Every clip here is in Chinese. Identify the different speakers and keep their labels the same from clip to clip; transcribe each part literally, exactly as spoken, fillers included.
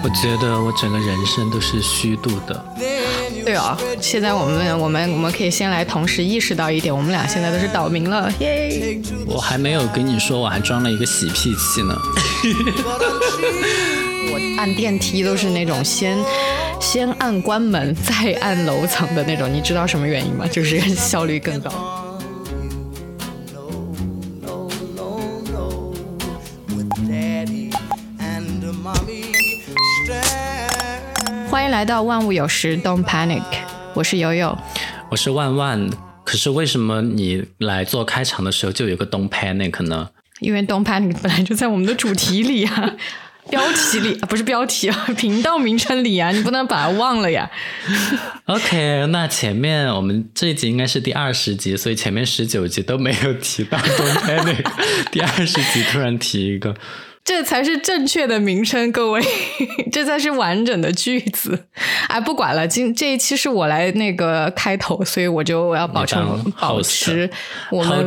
Speaker 1: 我觉得我整个人生都是虚度的。
Speaker 2: 对哦，现在我们我们我们可以先来同时意识到一点，我们俩现在都是岛民了，耶！
Speaker 1: 我还没有跟你说，我还装了一个洗屁器呢。
Speaker 2: 我按电梯都是那种先先按关门再按楼层的那种，你知道什么原因吗？就是效率更高。欢迎来到万物有时 Don't Panic， 我是悠悠，
Speaker 1: 我是万万。可是为什么你来做开场的时候就有个 Don't Panic 呢？
Speaker 2: 因为 Don't Panic 本来就在我们的主题里啊，标题里啊，不是标题啊，频道名称里啊，你不能把它忘了呀。
Speaker 1: OK， 那前面我们这一集应该是第二十集，所以前面十九集都没有提到 Don't Panic， 第二十集突然提一个。
Speaker 2: 这才是正确的名称，各位，这才是完整的句子。哎，不管了，今这一期是我来那个开头，所以我就我要保证保持我们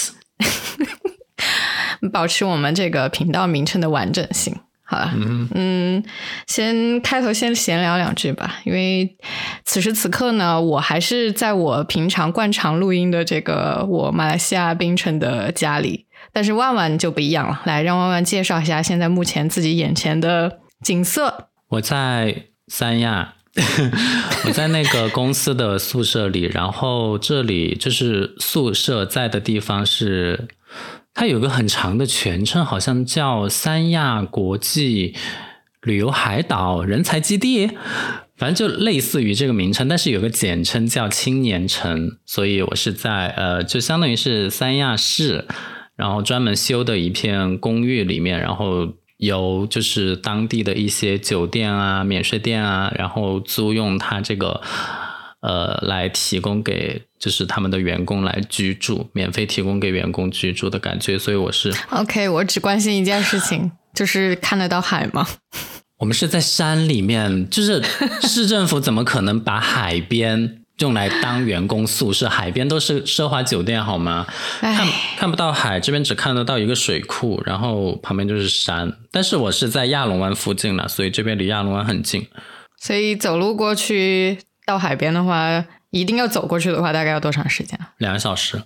Speaker 2: 保持我们这个频道名称的完整性。好了，嗯, 嗯，先开头先闲聊两句吧，因为此时此刻呢，我还是在我平常惯常录音的这个我马来西亚槟城的家里，但是万万就不一样了，来让万万介绍一下现在目前自己眼前的景色。
Speaker 1: 我在三亚我在那个公司的宿舍里，然后这里就是宿舍在的地方是它有个很长的全称，好像叫三亚国际旅游海岛人才基地，反正就类似于这个名称，但是有个简称叫青年城，所以我是在呃，就相当于是三亚市，然后专门修的一片公寓里面，然后由就是当地的一些酒店啊、免税店啊，然后租用它这个呃来提供给就是他们的员工来居住，免费提供给员工居住的感觉，所以我是
Speaker 2: OK， 我只关心一件事情，就是看得到海吗？
Speaker 1: 我们是在山里面，就是市政府怎么可能把海边用来当员工宿舍？海边都是奢华酒店好吗？看看不到海，这边只看得到一个水库，然后旁边就是山。但是我是在亚龙湾附近啦，所以这边离亚龙湾很近。
Speaker 2: 所以走路过去到海边的话，一定要走过去的话，大概要多长时间？
Speaker 1: 两个小时。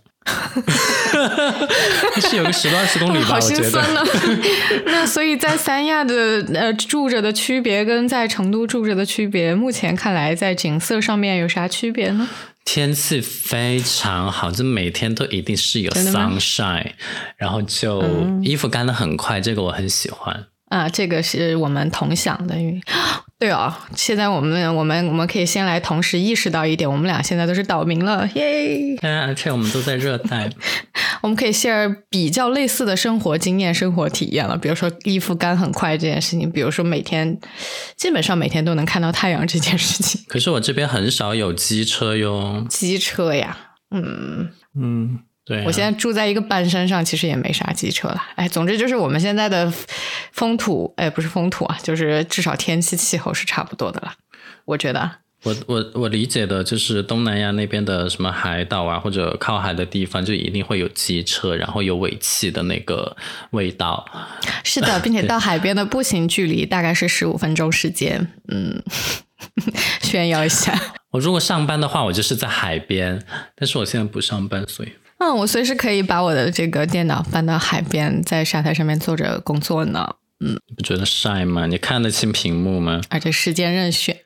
Speaker 1: 是有个十多二十公里吧，
Speaker 2: 好心酸呢。
Speaker 1: 我觉得
Speaker 2: 那所以在三亚的呃住着的区别跟在成都住着的区别，目前看来在景色上面有啥区别呢？
Speaker 1: 天气非常好，就每天都一定是有 sunshine， 然后就衣服干得很快，嗯，这个我很喜欢。
Speaker 2: 啊，这个是我们同享的。对哦，现在我们我们我们可以先来同时意识到一点，我们俩现在都是岛民了，耶！
Speaker 1: 对啊，而且我们都在热带，
Speaker 2: 我们可以 share 比较类似的生活经验、生活体验了。比如说衣服干很快这件事情，比如说每天基本上每天都能看到太阳这件事情。
Speaker 1: 可是我这边很少有机车哟。
Speaker 2: 机车呀，嗯
Speaker 1: 嗯。对啊，
Speaker 2: 我现在住在一个半山上，其实也没啥机车了。哎，总之就是我们现在的风土，哎，不是风土啊，就是至少天气气候是差不多的了，我觉得。
Speaker 1: 我我我理解的就是东南亚那边的什么海岛啊，或者靠海的地方，就一定会有机车，然后有尾气的那个味道。
Speaker 2: 是的，并且到海边的步行距离大概是十五分钟时间。嗯，炫耀一下。
Speaker 1: 我如果上班的话，我就是在海边，但是我现在不上班，所以。
Speaker 2: 嗯，我随时可以把我的这个电脑搬到海边，在沙滩上面坐着工作呢。嗯，
Speaker 1: 你不觉得晒吗？你看得清屏幕吗？
Speaker 2: 而且时间任选。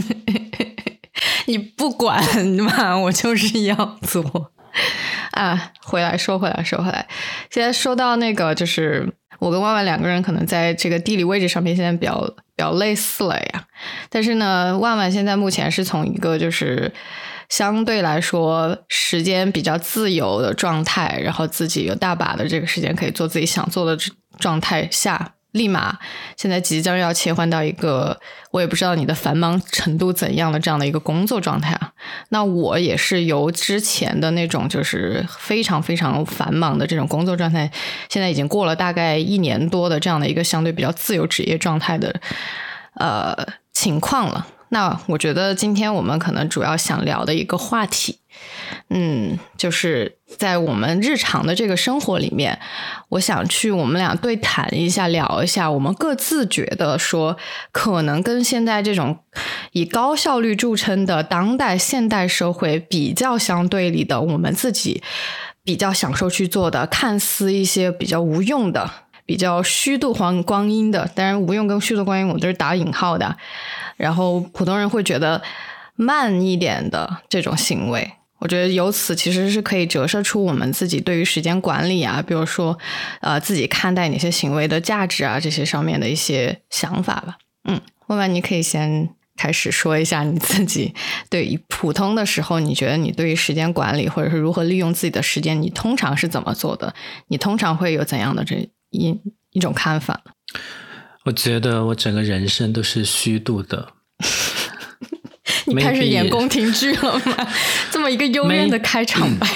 Speaker 2: 你不管嘛，我就是要做啊。回来说回来说回来，现在说到那个，就是我跟万万两个人可能在这个地理位置上面现在比较比较类似了呀。但是呢，万万现在目前是从一个就是相对来说时间比较自由的状态，然后自己有大把的这个时间可以做自己想做的状态下，立马现在即将要切换到一个我也不知道你的繁忙程度怎样的这样的一个工作状态啊。那我也是由之前的那种就是非常非常繁忙的这种工作状态，现在已经过了大概一年多的这样的一个相对比较自由职业状态的呃情况了。那我觉得今天我们可能主要想聊的一个话题嗯，就是在我们日常的这个生活里面，我想去我们俩对谈一下，聊一下我们各自觉得说可能跟现在这种以高效率著称的当代现代社会比较相对立的，我们自己比较享受去做的，看似一些比较无用的，比较虚度光光阴的，当然无用跟虚度光阴我都是打引号的，然后普通人会觉得慢一点的这种行为，我觉得由此其实是可以折射出我们自己对于时间管理啊，比如说呃自己看待哪些行为的价值啊，这些上面的一些想法吧。嗯，万万你可以先开始说一下你自己对于普通的时候，你觉得你对于时间管理或者是如何利用自己的时间，你通常是怎么做的？你通常会有怎样的这一一种看法？
Speaker 1: 我觉得我整个人生都是虚度的。
Speaker 2: 你开始演宫廷剧了吗？这么一个幽怨的开场白。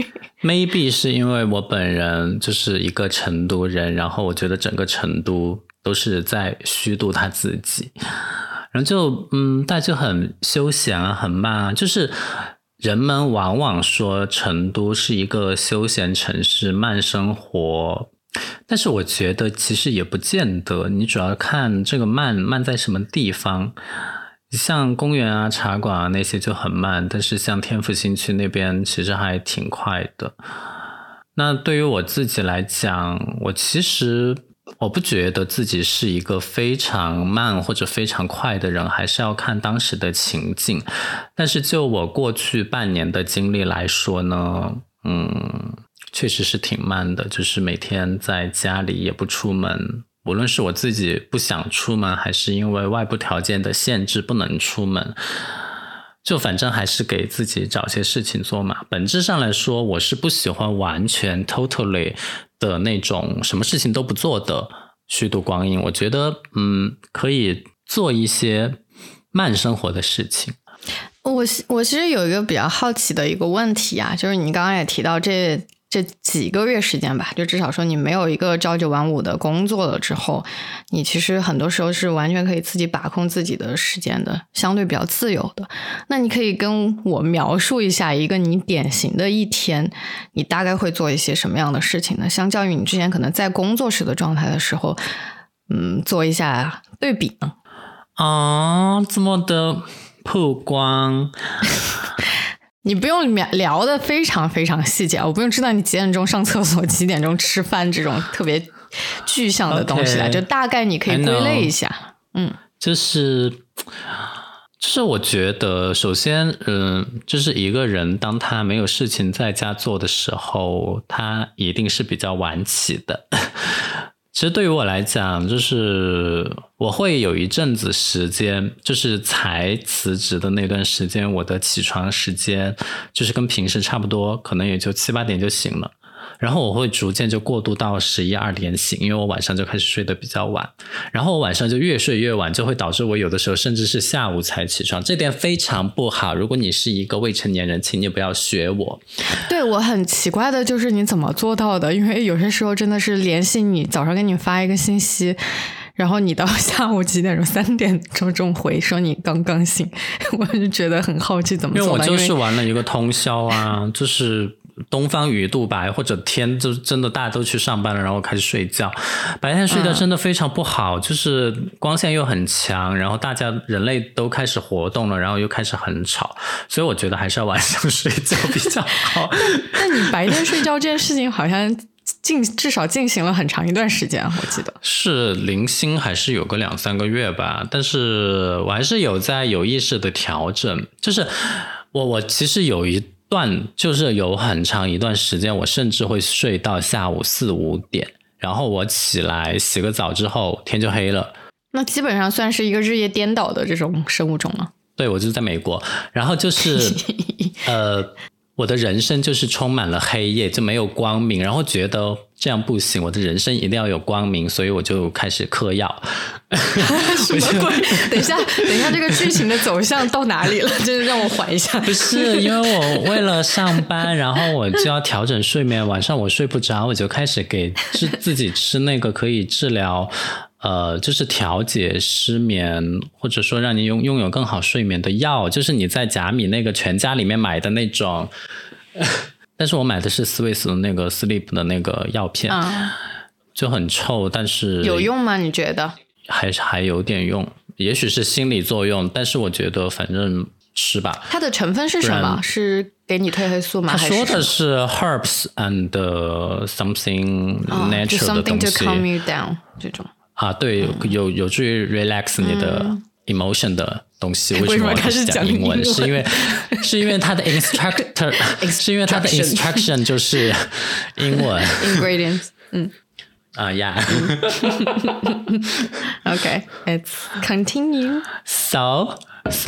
Speaker 1: Maybe 是因为我本人就是一个成都人，然后我觉得整个成都都是在虚度他自己，然后就嗯，大家就很休闲啊，很慢啊，就是人们往往说成都是一个休闲城市，慢生活，但是我觉得其实也不见得，你主要看这个慢慢在什么地方。像公园啊茶馆啊那些就很慢，但是像天府新区那边其实还挺快的。那对于我自己来讲，我其实我不觉得自己是一个非常慢或者非常快的人，还是要看当时的情境。但是就我过去半年的经历来说呢，嗯，确实是挺慢的，就是每天在家里也不出门，无论是我自己不想出门，还是因为外部条件的限制不能出门，就反正还是给自己找些事情做嘛。本质上来说，我是不喜欢完全 totally 的那种什么事情都不做的虚度光阴。我觉得嗯，可以做一些慢生活的事情。
Speaker 2: 我我其实有一个比较好奇的一个问题啊，就是你刚刚也提到这这几个月时间吧，就至少说你没有一个朝九晚五的工作了之后，你其实很多时候是完全可以自己把控自己的时间的，相对比较自由的。那你可以跟我描述一下一个你典型的一天，你大概会做一些什么样的事情呢？相较于你之前可能在工作时的状态的时候，嗯，做一下对比呢？
Speaker 1: 啊，这么的曝光。
Speaker 2: 你不用聊的非常非常细节，我不用知道你几点钟上厕所几点钟吃饭这种特别具象的东西啦， okay, 就大概你可以归类一下。嗯，就是就是我觉得首先嗯，就是一个人当他没有事情在家做的时候，他一定是比较晚起的。其实对于我来讲，就是我会有一阵子时间，就是才辞职的那段时间，我的起床时间就是跟平时差不多，可能也就七八点就醒了。然后我会逐渐就过渡到十一二点醒，因为我晚上就开始睡得比较晚，然后我晚上就越睡越晚，就会导致我有的时候甚至是下午才起床，这点非常不好。如果你是一个未成年人，请你不要学我。对，我很奇怪的就是你怎么做到的，因为有些时候真的是联系你，早上给你发一个信息，然后你到下午几点钟三点钟钟回说你刚刚醒，我就觉得很好奇怎么做到。因为我就是玩了一个通宵啊，就是东方雨度白，或者天就真的大家都去上班了，然后开始睡觉，白天睡觉真的非常不好、嗯、就是光线又很强，然后大家人类都开始活动了，然后又开始很吵，所以我觉得还是要晚上睡觉比较好。但你白天睡觉这件事情好像进至少进行了很长一段时间，我记得是零星还是有个两三个月吧，但是我还是有在有意识的调整，就是我我其实有一段就是有很长一段时间，我甚至会睡到下午四五点，然后我起来洗个澡之后天就黑了。那基本上算是一个日夜颠倒的这种生物钟了。对，我就是在美国，然后就是呃我的人生就是充满了黑夜，就没有光明，然后觉得这样不行，我的人生一定要有光明，所以我就开始嗑药。什么鬼？等一下等一下，这个剧情的走向到哪里了？就是让我缓一下。不是，因为我为了上班，然后我就要调整睡眠，晚上我睡不着，我就开始给自己吃那个可以治疗
Speaker 1: 呃，就是调节失眠，或者说让你拥拥有更好睡眠的药，就是你在甲米那个全家里面买的那种，但是我买的是 Swiss 的那个 Sleep 的那个药片，嗯、就很臭，但是
Speaker 2: 有用吗？你觉得？
Speaker 1: 还是还有点用，也许是心理作用，但是我觉得反正吃吧。
Speaker 2: 它的成分是什么？是给你褪黑素吗？
Speaker 1: 他说的是 herbs and something natural 的东西、哦、
Speaker 2: something to calm you down 这种。
Speaker 1: 啊，对，嗯、有有助于 relax 你的 emotion 的东西。嗯、为什么我开始讲英文？是因为是因为它的 instructor 是因为它的 instruction 就是英文
Speaker 2: ingredients。嗯。
Speaker 1: 啊、uh, 呀、
Speaker 2: yeah. OK, let's continue.
Speaker 1: So,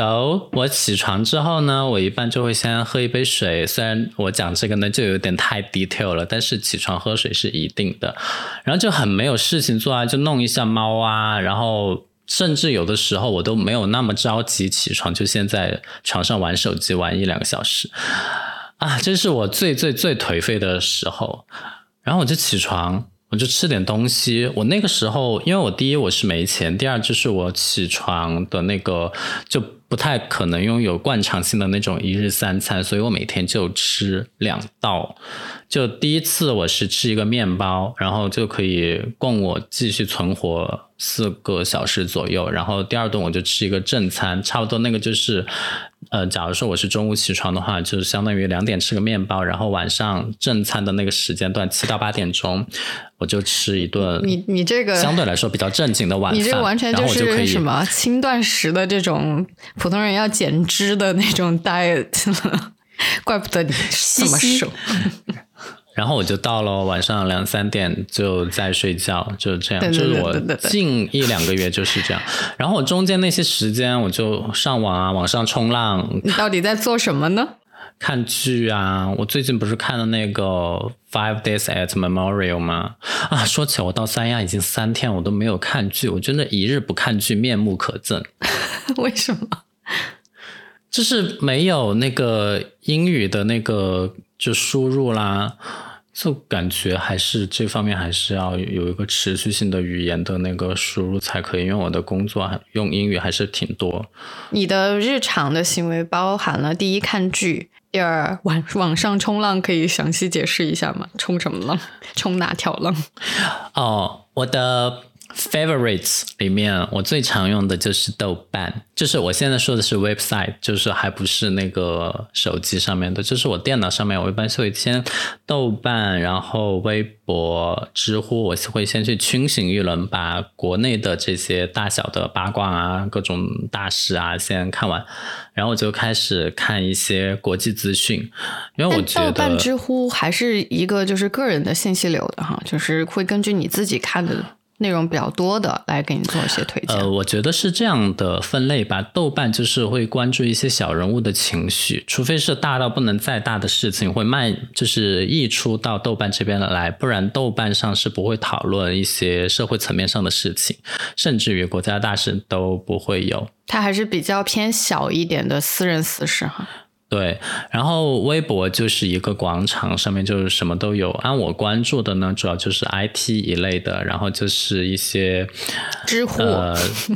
Speaker 1: so 我起床之后呢，我一般就会先喝一杯水。虽然我讲这个呢就有点太 detail 了，但是起床喝水是一定的。然后就很没有事情做啊，就弄一下猫啊，然后甚至有的时候我都没有那么着急起床，就先在床上玩手机玩一两个小时啊，这是我最最最颓废的时候。然后我就起床。我就吃点东西，我那个时候因为我第一我是没钱，第二就是我起床的那个就不太可能拥有惯常性的那种一日三餐，所以我每天就吃两道。就第一次我是吃一个面包，然后就可以供我继续存活四个小时左右，然后第二顿我就吃一个正餐，差不多那个就是呃，假如说我是中午起床的话，就相当于两点吃个面包，然后晚上正餐的那个时间段七到八点钟我就吃一顿
Speaker 2: 你你这个
Speaker 1: 相对来说比较正经的晚饭。
Speaker 2: 你这个完全就是什么轻断食的这种普通人要减脂的那种 diet 了，怪不得你这么瘦。
Speaker 1: 然后我就到了晚上两三点就在睡觉，就这样。就是我近一两个月就是这样。然后我中间那些时间我就上网啊，网上冲浪。
Speaker 2: 你到底在做什么呢？
Speaker 1: 看剧啊，我最近不是看了那个 Five Days at Memorial 吗？啊，说起我到三亚已经三天我都没有看剧，我真的一日不看剧面目可憎。
Speaker 2: 为什么？
Speaker 1: 就是没有那个英语的那个就输入啦，就感觉还是这方面还是要有一个持续性的语言的那个输入才可以，因为我的工作用英语还是挺多。
Speaker 2: 你的日常的行为包含了第一看剧，第二网网上冲浪，可以详细解释一下吗？冲什么浪？冲哪条浪？
Speaker 1: 哦，我的favorites 里面我最常用的就是豆瓣，就是我现在说的是 website， 就是还不是那个手机上面的，就是我电脑上面我一般会先豆瓣，然后微博、知乎，我会先去群行一轮，把国内的这些大小的八卦啊各种大事啊先看完，然后我就开始看一些国际资讯。因为我觉得
Speaker 2: 豆瓣、知乎还是一个就是个人的信息流的哈，就是会根据你自己看的内容比较多的来给你做一些推荐。
Speaker 1: 呃，我觉得是这样的分类吧。豆瓣就是会关注一些小人物的情绪，除非是大到不能再大的事情会卖，就是溢出到豆瓣这边来，不然豆瓣上是不会讨论一些社会层面上的事情，甚至于国家大事都不会有。
Speaker 2: 它还是比较偏小一点的私人私事哈。
Speaker 1: 对，然后微博就是一个广场，上面就是什么都有。按我关注的呢，主要就是 I T 一类的，然后就是一些
Speaker 2: 知乎，
Speaker 1: 呃，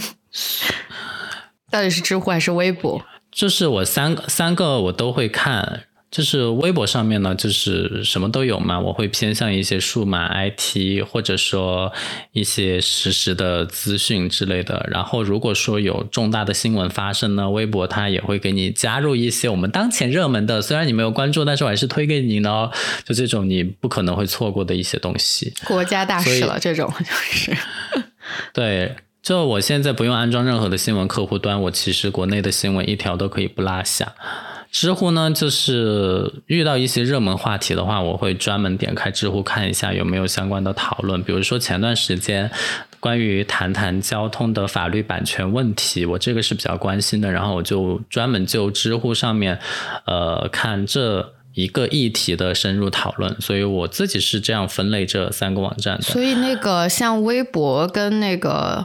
Speaker 2: 到底是知乎还是微博？
Speaker 1: 就是我三个三个我都会看。就是微博上面呢，就是什么都有嘛，我会偏向一些数码 I T 或者说一些实时的资讯之类的。然后如果说有重大的新闻发生呢，微博它也会给你加入一些我们当前热门的，虽然你没有关注，但是我还是推给你呢，就这种你不可能会错过的一些东西。
Speaker 2: 国家大事了，这种就是
Speaker 1: 对。就我现在不用安装任何的新闻客户端，我其实国内的新闻一条都可以不落下。知乎呢，就是遇到一些热门话题的话，我会专门点开知乎看一下有没有相关的讨论。比如说前段时间关于谈谈交通的法律版权问题，我这个是比较关心的，然后我就专门就知乎上面呃看这一个议题的深入讨论，所以我自己是这样分类这三个网站的。
Speaker 2: 所以那个像微博跟那个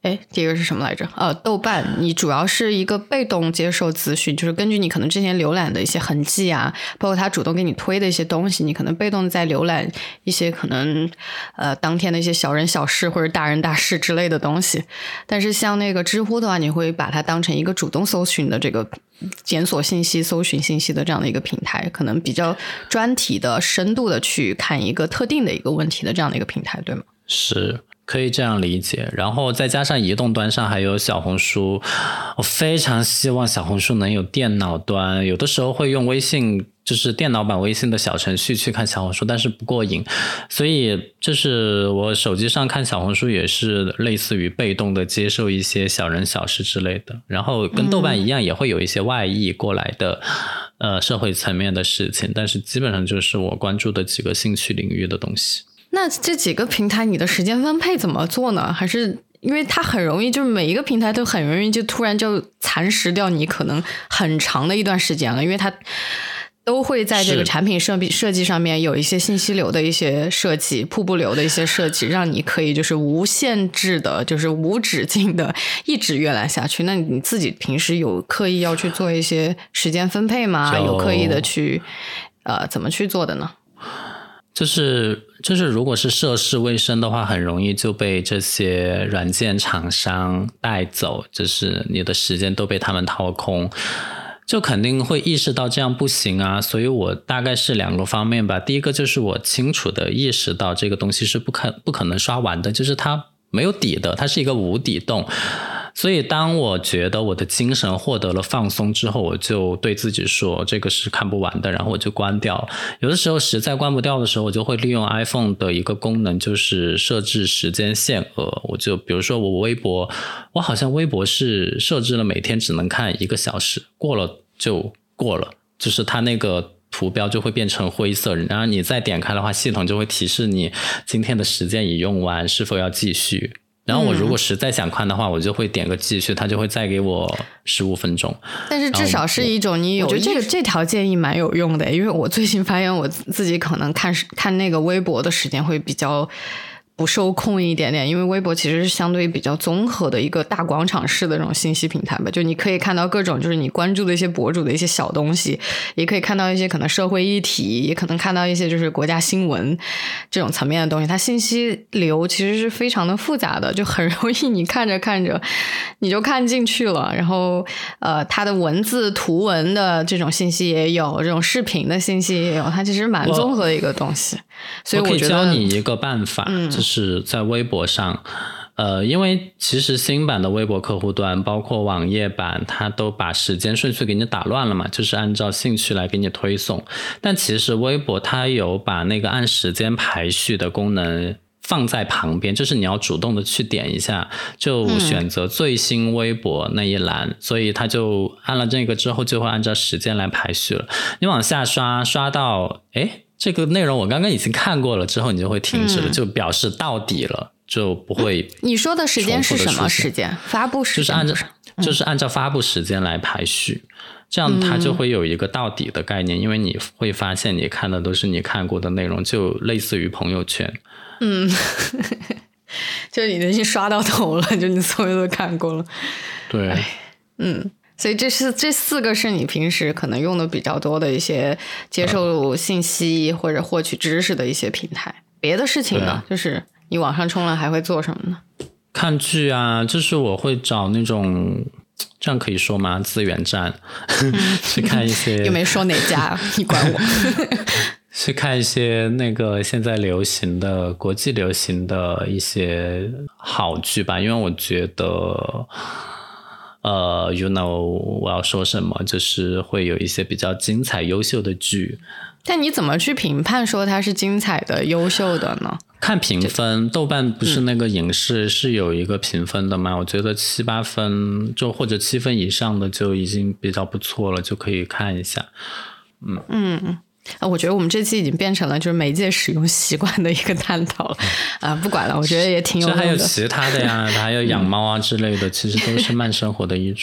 Speaker 2: 哎，第一个是什么来着？呃，豆瓣，你主要是一个被动接受资讯，就是根据你可能之前浏览的一些痕迹啊，包括他主动给你推的一些东西，你可能被动在浏览一些可能呃当天的一些小人小事或者大人大事之类的东西。但是像那个知乎的话，你会把它当成一个主动搜寻的这个检索信息、搜寻信息的这样的一个平台，可能比较专题的、深度的去看一个特定的一个问题的这样的一个平台，对吗？
Speaker 1: 是。可以这样理解，然后再加上移动端上还有小红书，我非常希望小红书能有电脑端，有的时候会用微信，就是电脑版微信的小程序去看小红书，但是不过瘾，所以就是我手机上看小红书也是类似于被动的接受一些小人小事之类的，然后跟豆瓣一样也会有一些外溢过来的、嗯、呃社会层面的事情，但是基本上就是我关注的几个兴趣领域的东西。
Speaker 2: 那这几个平台你的时间分配怎么做呢？还是因为它很容易，就是每一个平台都很容易就突然就蚕食掉你可能很长的一段时间了，因为它都会在这个产品设计设计上面有一些信息流的一些设计，瀑布流的一些设计，让你可以就是无限制的，就是无止境的一直阅览下去。那你自己平时有刻意要去做一些时间分配吗？有刻意的去呃怎么去做的呢？
Speaker 1: 就是就是如果是涉世未深的话，很容易就被这些软件厂商带走，就是你的时间都被他们掏空，就肯定会意识到这样不行啊。所以我大概是两个方面吧。第一个就是我清楚的意识到这个东西是不可不可能刷完的，就是它没有底的，它是一个无底洞。所以当我觉得我的精神获得了放松之后，我就对自己说这个是看不完的，然后我就关掉。有的时候实在关不掉的时候，我就会利用 iPhone 的一个功能，就是设置时间限额。我就比如说我微博，我好像微博是设置了每天只能看一个小时，过了就过了，就是它那个图标就会变成灰色，然后你再点开的话，系统就会提示你今天的时间已用完，是否要继续。然后我如果实在想看的话、嗯、我就会点个继续，它就会再给我十五分钟。
Speaker 2: 但是至少是一种你有，我觉得这个这条建议蛮有用的，因为我最近发现我自己可能看看那个微博的时间会比较不受控一点点，因为微博其实是相对比较综合的一个大广场式的这种信息平台吧，就你可以看到各种就是你关注的一些博主的一些小东西，也可以看到一些可能社会议题，也可能看到一些就是国家新闻这种层面的东西，它信息流其实是非常的复杂的，就很容易你看着看着你就看进去了，然后呃，它的文字图文的这种信息也有，这种视频的信息也有，它其实蛮综合的一个东西。所以我觉得
Speaker 1: 我可以教你一个办法、嗯、就是在微博上呃，因为其实新版的微博客户端包括网页版它都把时间顺序给你打乱了嘛，就是按照兴趣来给你推送，但其实微博它有把那个按时间排序的功能放在旁边，就是你要主动的去点一下，就选择最新微博那一栏、嗯、所以它就按了这个之后就会按照时间来排序了。你往下刷刷到诶这个内容我刚刚已经看过了之后，你就会停止了、嗯、就表示到底了，就不会、嗯、
Speaker 2: 你说的时间是什么时间？发布时间？
Speaker 1: 就是按照、嗯、就是按照发布时间来排序，这样它就会有一个到底的概念、嗯、因为你会发现你看的都是你看过的内容，就类似于朋友圈。嗯
Speaker 2: 就你已经刷到头了，就你所有都看过了。
Speaker 1: 对，
Speaker 2: 嗯，所以这是这四个是你平时可能用的比较多的一些接受信息或者获取知识的一些平台。别的事情呢、啊、就是你网上冲浪还会做什么呢？
Speaker 1: 看剧啊，就是我会找那种，这样可以说吗？资源站、嗯、去看一些。又
Speaker 2: 没说哪家，你管我。
Speaker 1: 去看一些那个现在流行的国际流行的一些好剧吧，因为我觉得呃 you know 我要说什么，就是会有一些比较精彩优秀的剧。
Speaker 2: 但你怎么去评判说它是精彩的优秀的呢？
Speaker 1: 看评分，豆瓣不是那个影视是有一个评分的吗、嗯、我觉得七八分就或者七分以上的就已经比较不错了，就可以看一下。嗯
Speaker 2: 嗯啊，我觉得我们这期已经变成了就是媒介使用习惯的一个探讨了啊，不管了，我觉得也挺有用的。
Speaker 1: 还有其他的呀，还有养猫啊之类的，其实都是慢生活的一种。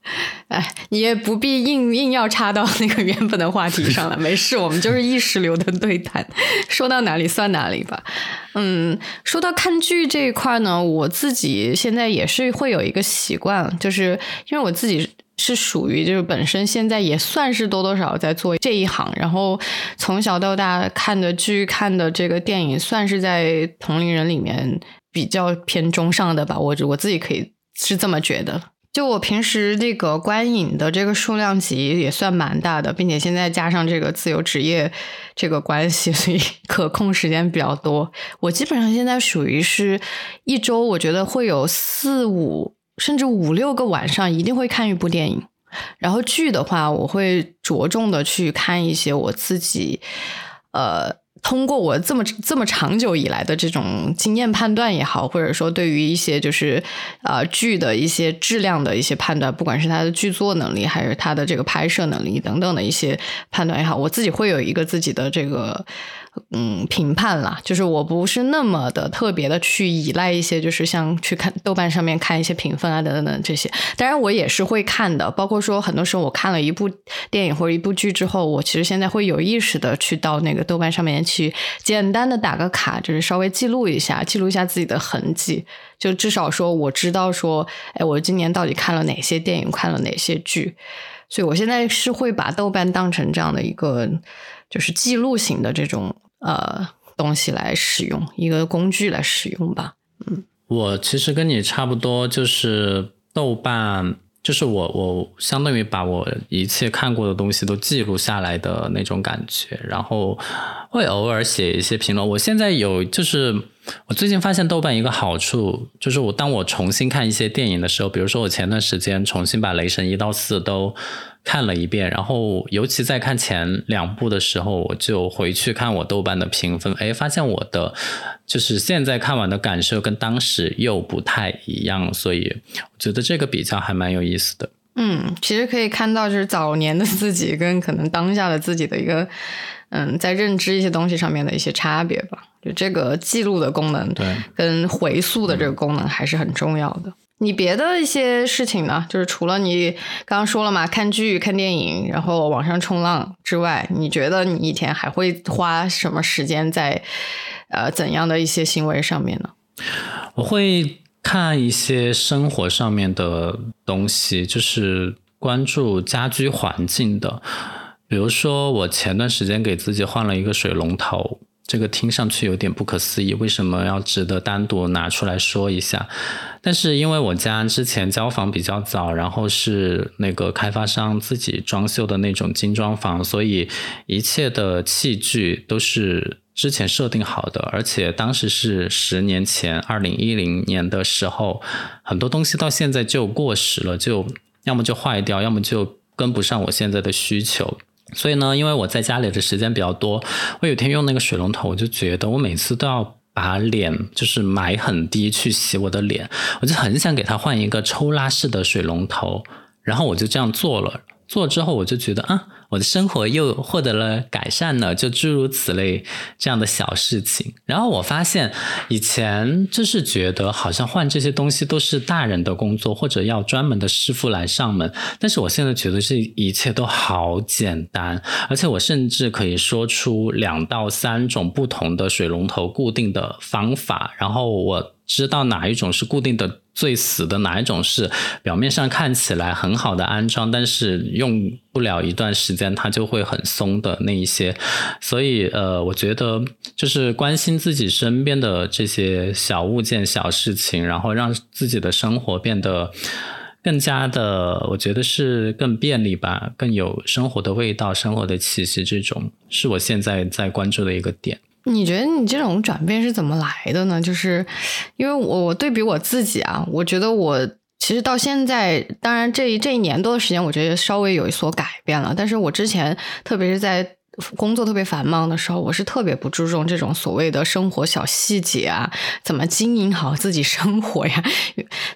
Speaker 2: 哎，你也不必硬硬要插到那个原本的话题上了，没事，我们就是意识流的对谈，说到哪里算哪里吧。嗯，说到看剧这一块呢，我自己现在也是会有一个习惯，就是因为我自己是属于就是本身现在也算是多多少少在做这一行，然后从小到大看的剧看的这个电影算是在同龄人里面比较偏中上的吧，我我自己可以是这么觉得。就我平时那个观影的这个数量级也算蛮大的，并且现在加上这个自由职业这个关系，所以可控时间比较多。我基本上现在属于是一周我觉得会有四五甚至五六个晚上一定会看一部电影。然后剧的话我会着重的去看一些我自己呃通过我这么这么长久以来的这种经验判断也好，或者说对于一些就是呃剧的一些质量的一些判断，不管是它的剧作能力还是它的这个拍摄能力等等的一些判断也好，我自己会有一个自己的这个嗯评判啦，就是我不是那么的特别的去依赖一些就是像去看豆瓣上面看一些评分啊等等等这些，当然我也是会看的，包括说很多时候我看了一部电影或者一部剧之后，我其实现在会有意识的去到那个豆瓣上面去简单的打个卡，就是稍微记录一下记录一下自己的痕迹，就至少说我知道说哎，我今年到底看了哪些电影看了哪些剧，所以我现在是会把豆瓣当成这样的一个就是记录型的这种呃东西来使用，一个工具来使用吧。嗯，
Speaker 1: 我其实跟你差不多，就是豆瓣就是我我相当于把我一切看过的东西都记录下来的那种感觉，然后会偶尔写一些评论。我现在有就是我最近发现豆瓣一个好处，就是我当我重新看一些电影的时候，比如说我前段时间重新把雷神一到四都看了一遍，然后尤其在看前两部的时候，我就回去看我豆瓣的评分，诶，发现我的就是现在看完的感受跟当时又不太一样，所以我觉得这个比较还蛮有意思的。
Speaker 2: 嗯，其实可以看到就是早年的自己跟可能当下的自己的一个嗯，在认知一些东西上面的一些差别吧，就这个记录的功能
Speaker 1: 对
Speaker 2: 跟回溯的这个功能还是很重要的。你别的一些事情呢，就是除了你刚刚说了嘛，看剧看电影然后网上冲浪之外，你觉得你一天还会花什么时间在呃怎样的一些行为上面呢？
Speaker 1: 我会看一些生活上面的东西，就是关注家居环境的，比如说我前段时间给自己换了一个水龙头，这个听上去有点不可思议，为什么要值得单独拿出来说一下？但是因为我家之前交房比较早，然后是那个开发商自己装修的那种精装房，所以一切的器具都是之前设定好的，而且当时是十年前二零一零年的时候，很多东西到现在就过时了，就要么就坏掉，要么就跟不上我现在的需求。所以呢，因为我在家里的时间比较多，我有天用那个水龙头，我就觉得我每次都要把脸就是埋很低去洗我的脸，我就很想给它换一个抽拉式的水龙头，然后我就这样做了。做之后我就觉得啊，我的生活又获得了改善了，就诸如此类这样的小事情。然后我发现以前就是觉得好像换这些东西都是大人的工作，或者要专门的师傅来上门，但是我现在觉得这一切都好简单，而且我甚至可以说出两到三种不同的水龙头固定的方法，然后我知道哪一种是固定的最死的，哪一种是表面上看起来很好的安装，但是用不了一段时间它就会很松的那一些。所以呃，我觉得就是关心自己身边的这些小物件小事情，然后让自己的生活变得更加的，我觉得是更便利吧，更有生活的味道，生活的气息，这种是我现在在关注的一个点。
Speaker 2: 你觉得你这种转变是怎么来的呢？就是因为我我对比我自己啊，我觉得我其实到现在，当然这这一年多的时间我觉得稍微有所改变了，但是我之前特别是在工作特别繁忙的时候，我是特别不注重这种所谓的生活小细节啊，怎么经营好自己生活呀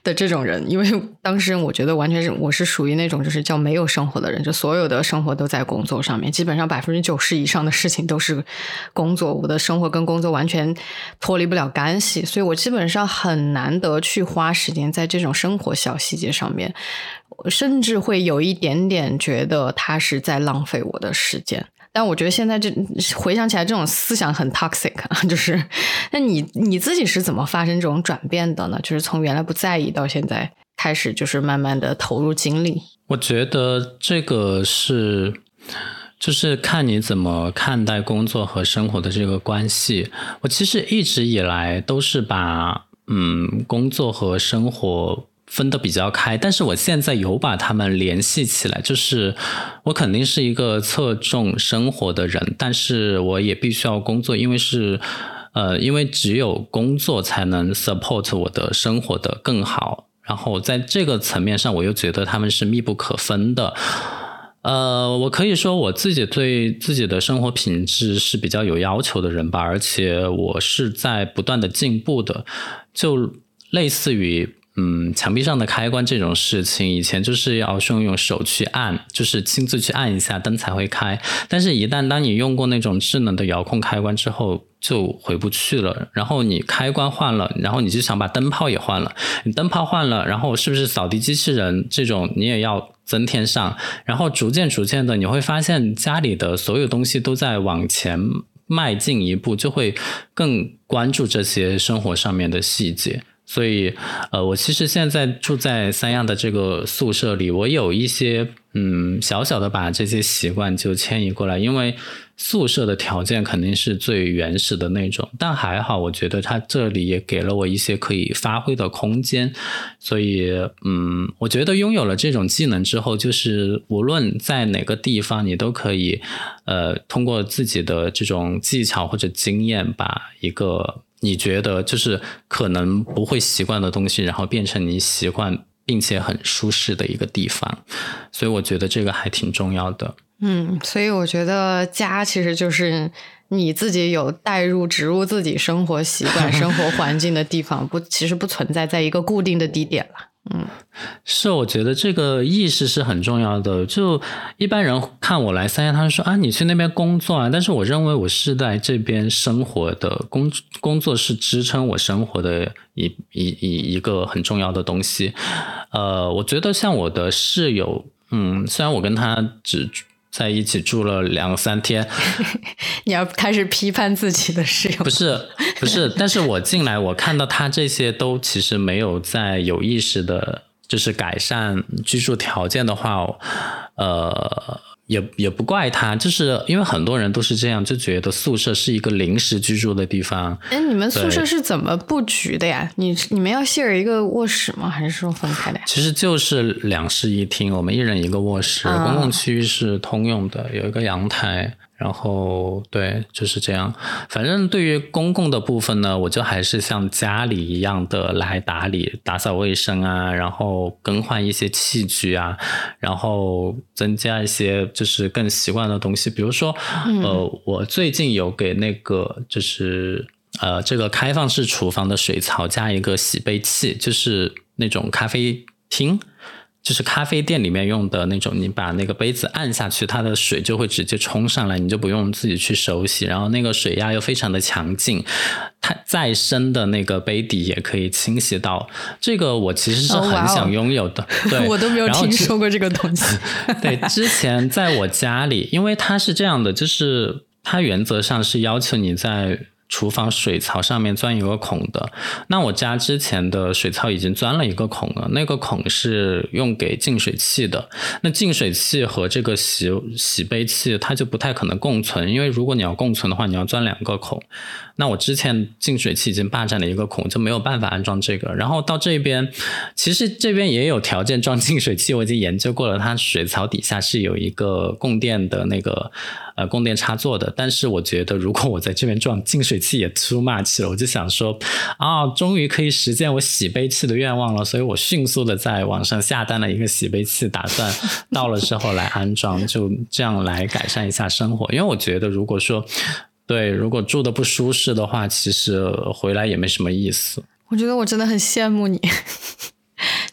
Speaker 2: 的这种人，因为当时我觉得完全是我是属于那种就是叫没有生活的人，就所有的生活都在工作上面，基本上百分之九十以上的事情都是工作，我的生活跟工作完全脱离不了干系，所以我基本上很难得去花时间在这种生活小细节上面，甚至会有一点点觉得他是在浪费我的时间。但我觉得现在这回想起来这种思想很 toxic 啊，就是那你你自己是怎么发生这种转变的呢？就是从原来不在意到现在开始就是慢慢的投入精力。
Speaker 1: 我觉得这个是就是看你怎么看待工作和生活的这个关系。我其实一直以来都是把嗯工作和生活分得比较开，但是我现在有把它们联系起来，就是我肯定是一个侧重生活的人，但是我也必须要工作，因为是呃，因为只有工作才能 support 我的生活的更好，然后在这个层面上我又觉得他们是密不可分的。呃，我可以说我自己对自己的生活品质是比较有要求的人吧，而且我是在不断的进步的，就类似于嗯，墙壁上的开关这种事情，以前就是要用用手去按，就是亲自去按一下灯才会开。但是一旦当你用过那种智能的遥控开关之后，就回不去了。然后你开关换了，然后你就想把灯泡也换了，你灯泡换了，然后是不是扫地机器人这种你也要增添上？然后逐渐逐渐的，你会发现家里的所有东西都在往前迈进一步，就会更关注这些生活上面的细节。所以呃，我其实现在住在三亚的这个宿舍里，我有一些嗯小小的把这些习惯就迁移过来，因为宿舍的条件肯定是最原始的那种，但还好我觉得它这里也给了我一些可以发挥的空间。所以嗯，我觉得拥有了这种技能之后，就是无论在哪个地方你都可以呃通过自己的这种技巧或者经验，把一个你觉得就是可能不会习惯的东西，然后变成你习惯并且很舒适的一个地方，所以我觉得这个还挺重要的。
Speaker 2: 嗯，所以我觉得家其实就是你自己有带入植入自己生活习惯生活环境的地方，不其实不存在在一个固定的地点了。嗯，
Speaker 1: 是，我觉得这个意识是很重要的。就一般人看我来三亚，他们说啊，你去那边工作啊，但是我认为我是在这边生活的，工工作是支撑我生活的一一一一个很重要的东西。呃，我觉得像我的室友，嗯，虽然我跟他只在一起住了两三天，
Speaker 2: 你要开始批判自己的室友？
Speaker 1: 不是不是，但是我进来我看到他这些都其实没有在有意识的就是改善居住条件的话，呃也也不怪他，就是因为很多人都是这样，就觉得宿舍是一个临时居住的地方。
Speaker 2: 哎，你们宿舍是怎么布局的呀？你你们要 share 一个卧室吗？还是说分开的呀？
Speaker 1: 其实就是两室一厅，我们一人一个卧室，啊、公共区域是通用的，有一个阳台。然后对，就是这样。反正对于公共的部分呢，我就还是像家里一样的来打理，打扫卫生啊，然后更换一些器具啊，然后增加一些就是更习惯的东西。比如说，嗯、呃，我最近有给那个就是呃这个开放式厨房的水槽加一个洗杯器，就是那种咖啡厅。就是咖啡店里面用的那种，你把那个杯子按下去，它的水就会直接冲上来，你就不用自己去手洗，然后那个水压又非常的强劲，它再深的那个杯底也可以清洗到。这个我其实是很想拥有的。
Speaker 2: Oh, wow. 对，我都没有听说过这个东西。
Speaker 1: 对，之前在我家里，因为它是这样的，就是它原则上是要求你在厨房水槽上面钻一个孔的，那我家之前的水槽已经钻了一个孔了，那个孔是用给净水器的，那净水器和这个洗洗杯器它就不太可能共存，因为如果你要共存的话，你要钻两个孔，那我之前净水器已经霸占了一个孔，就没有办法安装这个。然后到这边，其实这边也有条件装净水器，我已经研究过了，它水槽底下是有一个供电的那个呃供电插座的，但是我觉得如果我在这边装净水器也 too much 了，我就想说啊，终于可以实现我洗杯器的愿望了，所以我迅速的在网上下单了一个洗杯器，打算到了之后来安装，就这样来改善一下生活。因为我觉得如果说对，如果住的不舒适的话，其实回来也没什么意思。
Speaker 2: 我觉得我真的很羡慕你。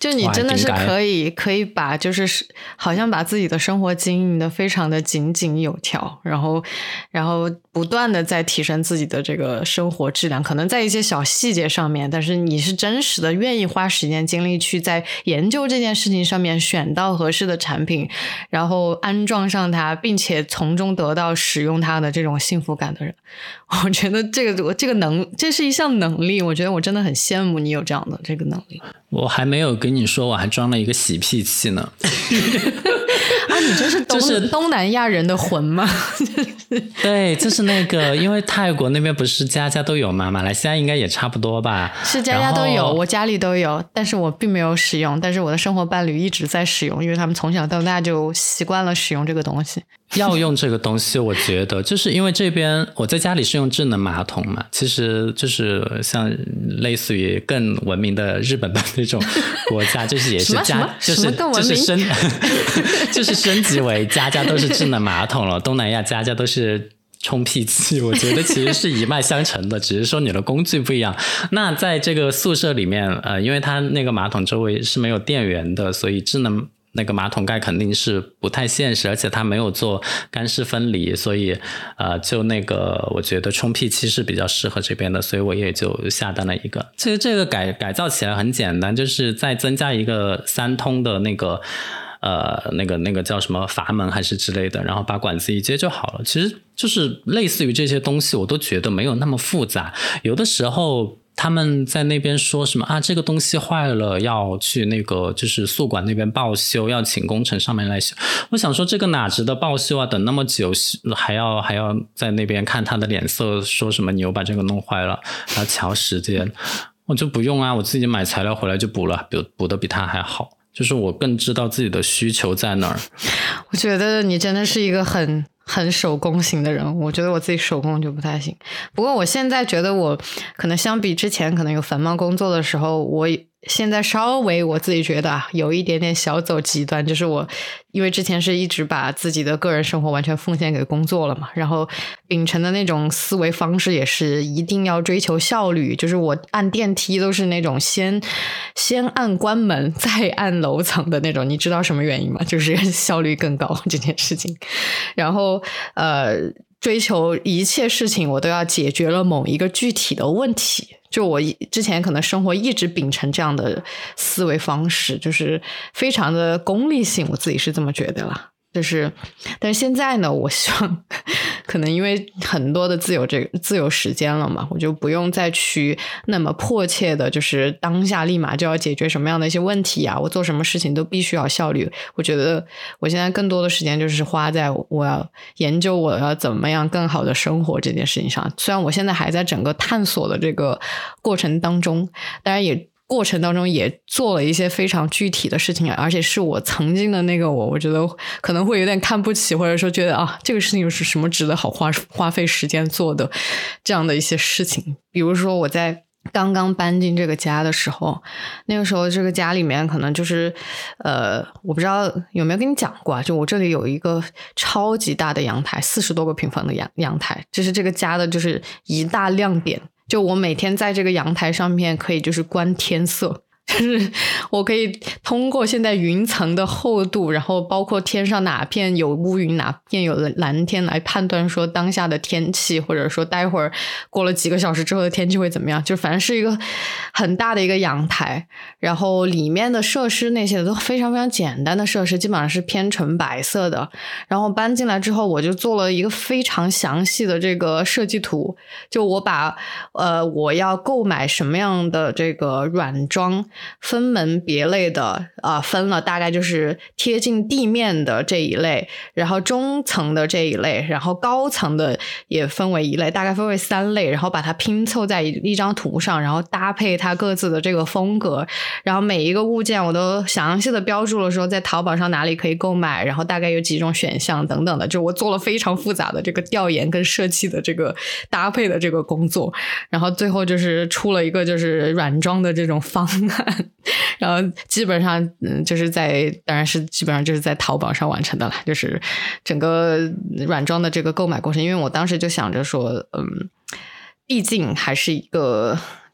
Speaker 2: 就你真的是可以可以把就是好像把自己的生活经营的非常的井井有条，然后然后不断的在提升自己的这个生活质量，可能在一些小细节上面，但是你是真实的愿意花时间精力去在研究这件事情上面选到合适的产品，然后安装上它，并且从中得到使用它的这种幸福感的人。我觉得这个这个能这是一项能力，我觉得我真的很羡慕你有这样的这个能力。
Speaker 1: 我还没有跟你说我还装了一个洗屁器呢。
Speaker 2: 啊，你这是东、就是、东南亚人的魂吗？
Speaker 1: 对，就是那个因为泰国那边不是家家都有吗？马来西亚应该也差不多吧。
Speaker 2: 是家家都有，我家里都有，但是我并没有使用，但是我的生活伴侣一直在使用，因为他们从小到大就习惯了使用这个东西。
Speaker 1: 要用这个东西我觉得就是因为这边我在家里是用智能马桶嘛，其实就是像类似于更文明的日本的那种国家，就是也是家就是就是升就是升级为家家都是智能马桶了，东南亚家家都是冲屁器，我觉得其实是一脉相承的，只是说你的工具不一样。那在这个宿舍里面呃，因为它那个马桶周围是没有电源的，所以智能那个马桶盖肯定是不太现实，而且它没有做干湿分离，所以呃，就那个我觉得冲屁器是比较适合这边的，所以我也就下单了一个。其实这个改改造起来很简单，就是再增加一个三通的那个呃那个那个叫什么阀门还是之类的，然后把管子一接就好了。其实就是类似于这些东西我都觉得没有那么复杂，有的时候他们在那边说什么啊，这个东西坏了要去那个就是宿管那边报修，要请工程上面来修。我想说这个哪值得报修啊，等那么久还要还要在那边看他的脸色，说什么你又把这个弄坏了，还要调时间。我就不用啊，我自己买材料回来就补了，补补的比他还好，就是我更知道自己的需求在哪儿。
Speaker 2: 我觉得你真的是一个很很手工型的人，我觉得我自己手工就不太行。不过我现在觉得我可能相比之前可能有繁忙工作的时候，我现在稍微我自己觉得啊，有一点点小走极端，就是我因为之前是一直把自己的个人生活完全奉献给工作了嘛，然后秉承的那种思维方式也是一定要追求效率，就是我按电梯都是那种先先按关门再按楼层的那种，你知道什么原因吗？就是效率更高这件事情。然后呃追求一切事情我都要解决了某一个具体的问题，就我之前可能生活一直秉承这样的思维方式，就是非常的功利性，我自己是这么觉得啦。就是，但是现在呢，我希望可能因为很多的自由这个自由时间了嘛，我就不用再去那么迫切的，就是当下立马就要解决什么样的一些问题啊，我做什么事情都必须要效率。我觉得我现在更多的时间就是花在我要研究我要怎么样更好的生活这件事情上。虽然我现在还在整个探索的这个过程当中，当然也过程当中也做了一些非常具体的事情，而且是我曾经的那个我我觉得可能会有点看不起，或者说觉得啊这个事情是什么值得好花花费时间做的这样的一些事情。比如说我在刚刚搬进这个家的时候，那个时候这个家里面可能就是呃我不知道有没有跟你讲过，就我这里有一个超级大的阳台，四十多个平方的阳阳台，这是这个家的就是一大亮点。就我每天在这个阳台上面可以就是观天色，就是我可以通过现在云层的厚度，然后包括天上哪片有乌云哪片有蓝天来判断说当下的天气，或者说待会儿过了几个小时之后的天气会怎么样，就反正是一个很大的一个阳台，然后里面的设施那些都非常非常简单的设施，基本上是偏纯白色的。然后搬进来之后我就做了一个非常详细的这个设计图，就我把呃我要购买什么样的这个软装分门别类的啊、呃，分了大概就是贴近地面的这一类，然后中层的这一类，然后高层的也分为一类，大概分为三类，然后把它拼凑在一一张图上，然后搭配它各自的这个风格，然后每一个物件我都详细的标注了说在淘宝上哪里可以购买，然后大概有几种选项等等的，就我做了非常复杂的这个调研跟设计的这个搭配的这个工作，然后最后就是出了一个就是软装的这种方案。然后基本上嗯，就是在当然是基本上就是在淘宝上完成的了，就是整个软装的这个购买过程。因为我当时就想着说嗯，毕竟还是一个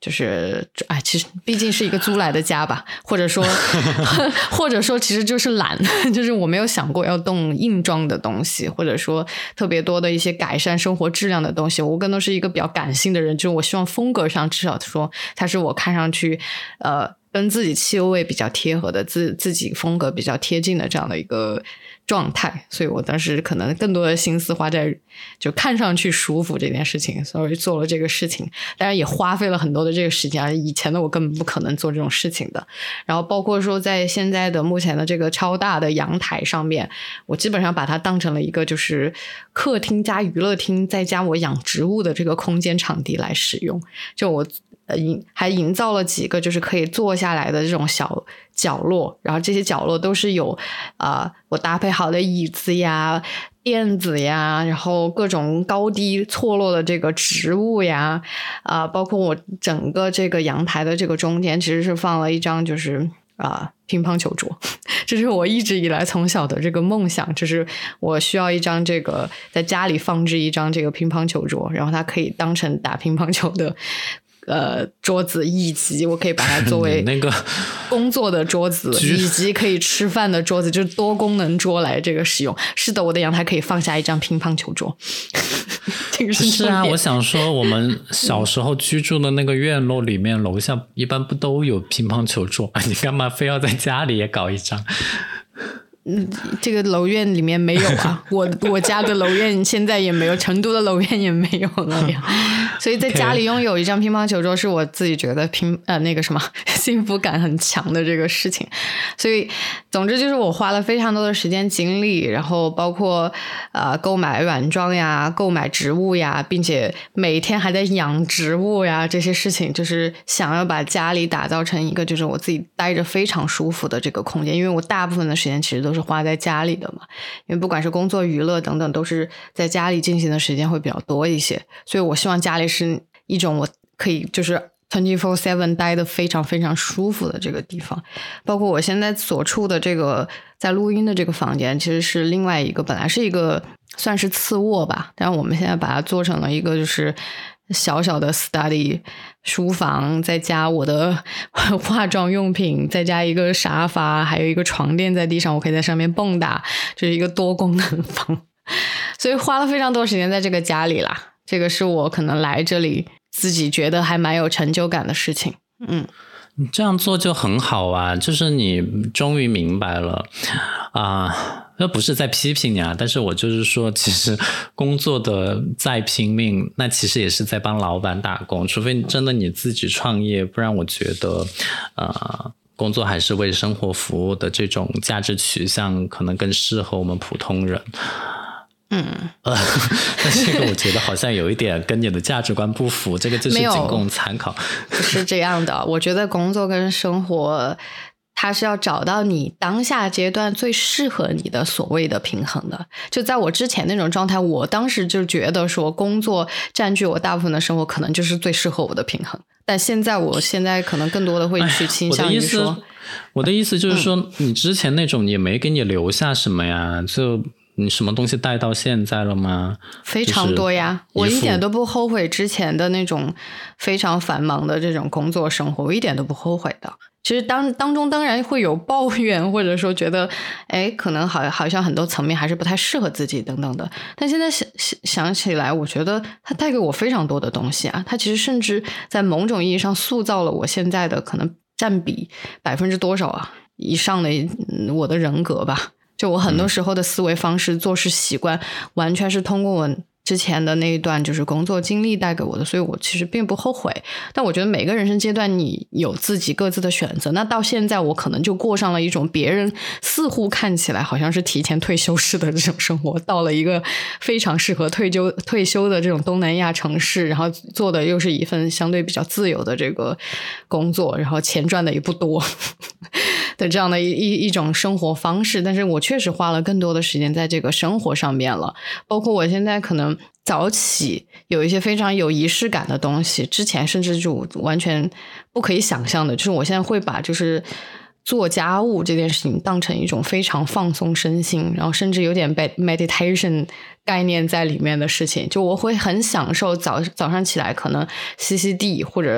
Speaker 2: 就是哎，其实毕竟是一个租来的家吧，或者说或者说其实就是懒，就是我没有想过要动硬装的东西，或者说特别多的一些改善生活质量的东西。我更多是一个比较感性的人，就是我希望风格上至少说它是我看上去呃跟自己气味比较贴合的，自自己风格比较贴近的这样的一个状态，所以我当时可能更多的心思花在就看上去舒服这件事情，所以做了这个事情，当然也花费了很多的这个时间，以前的我根本不可能做这种事情的。然后包括说在现在的目前的这个超大的阳台上面，我基本上把它当成了一个就是客厅加娱乐厅再加我养植物的这个空间场地来使用，就我呃营还营造了几个就是可以坐下来的这种小角落，然后这些角落都是有啊、呃、我搭配好的椅子呀、垫子呀，然后各种高低错落的这个植物呀，啊、呃，包括我整个这个阳台的这个中间其实是放了一张就是啊、呃、乒乓球桌，这是我一直以来从小的这个梦想，就是我需要一张这个在家里放置一张这个乒乓球桌，然后它可以当成打乒乓球的呃，桌子，以及我可以把它作为
Speaker 1: 那个
Speaker 2: 工作的桌子，以及可以吃饭的桌子，就是多功能桌来这个使用。是的，我的阳台可以放下一张乒乓球桌。这个是
Speaker 1: 是啊，我想说，我们小时候居住的那个院落里面，楼下一般不都有乒乓球桌？你干嘛非要在家里也搞一张？
Speaker 2: 嗯，这个楼院里面没有啊，我我家的楼院现在也没有，成都的楼院也没有了呀。所以在家里拥有一张乒乓球桌是我自己觉得乒呃那个什么幸福感很强的这个事情。所以总之就是我花了非常多的时间精力，然后包括呃购买软装呀、购买植物呀，并且每天还在养植物呀，这些事情就是想要把家里打造成一个就是我自己待着非常舒服的这个空间，因为我大部分的时间其实都都是花在家里的嘛，因为不管是工作娱乐等等都是在家里进行的时间会比较多一些，所以我希望家里是一种我可以就是二十四小时待得非常非常舒服的这个地方。包括我现在所处的这个在录音的这个房间其实是另外一个本来是一个算是次卧吧，但是我们现在把它做成了一个就是小小的 study 书房，再加我的化妆用品，再加一个沙发，还有一个床垫在地上，我可以在上面蹦跶，就是一个多功能房。所以花了非常多时间在这个家里啦，这个是我可能来这里自己觉得还蛮有成就感的事情。嗯，
Speaker 1: 你这样做就很好啊，就是你终于明白了啊。这不是在批评你啊，但是我就是说其实工作的再拼命，那其实也是在帮老板打工，除非真的你自己创业，不然我觉得呃，工作还是为生活服务的这种价值取向可能更适合我们普通人。
Speaker 2: 嗯，
Speaker 1: 呃，但这个我觉得好像有一点跟你的价值观不符，这个就是仅供参考。
Speaker 2: 不是这样的，我觉得工作跟生活它是要找到你当下阶段最适合你的所谓的平衡的。就在我之前那种状态，我当时就觉得说工作占据我大部分的生活可能就是最适合我的平衡，但现在我现在可能更多的会去倾向于说、哎、
Speaker 1: 我的意思就是说、嗯、你之前那种也没给你留下什么呀，就你什么东西带到现在了吗？
Speaker 2: 非常多呀、就是、我一点都不后悔之前的那种非常繁忙的这种工作生活，我一点都不后悔的。其实当当中当然会有抱怨，或者说觉得哎，可能好好像很多层面还是不太适合自己等等的，但现在想想起来，我觉得它带给我非常多的东西啊，它其实甚至在某种意义上塑造了我现在的可能占比百分之多少啊以上的我的人格吧。就我很多时候的思维方式、做事习惯完全是通过我之前的那一段就是工作经历带给我的，所以我其实并不后悔。但我觉得每个人生阶段你有自己各自的选择，那到现在我可能就过上了一种别人似乎看起来好像是提前退休式的这种生活，到了一个非常适合退休退休的这种东南亚城市，然后做的又是一份相对比较自由的这个工作，然后钱赚的也不多的这样的一一一种生活方式。但是我确实花了更多的时间在这个生活上面了，包括我现在可能早起有一些非常有仪式感的东西，之前甚至就完全不可以想象的，就是我现在会把就是做家务这件事情当成一种非常放松身心，然后甚至有点 meditation 概念在里面的事情。就我会很享受早早上起来可能吸吸地，或者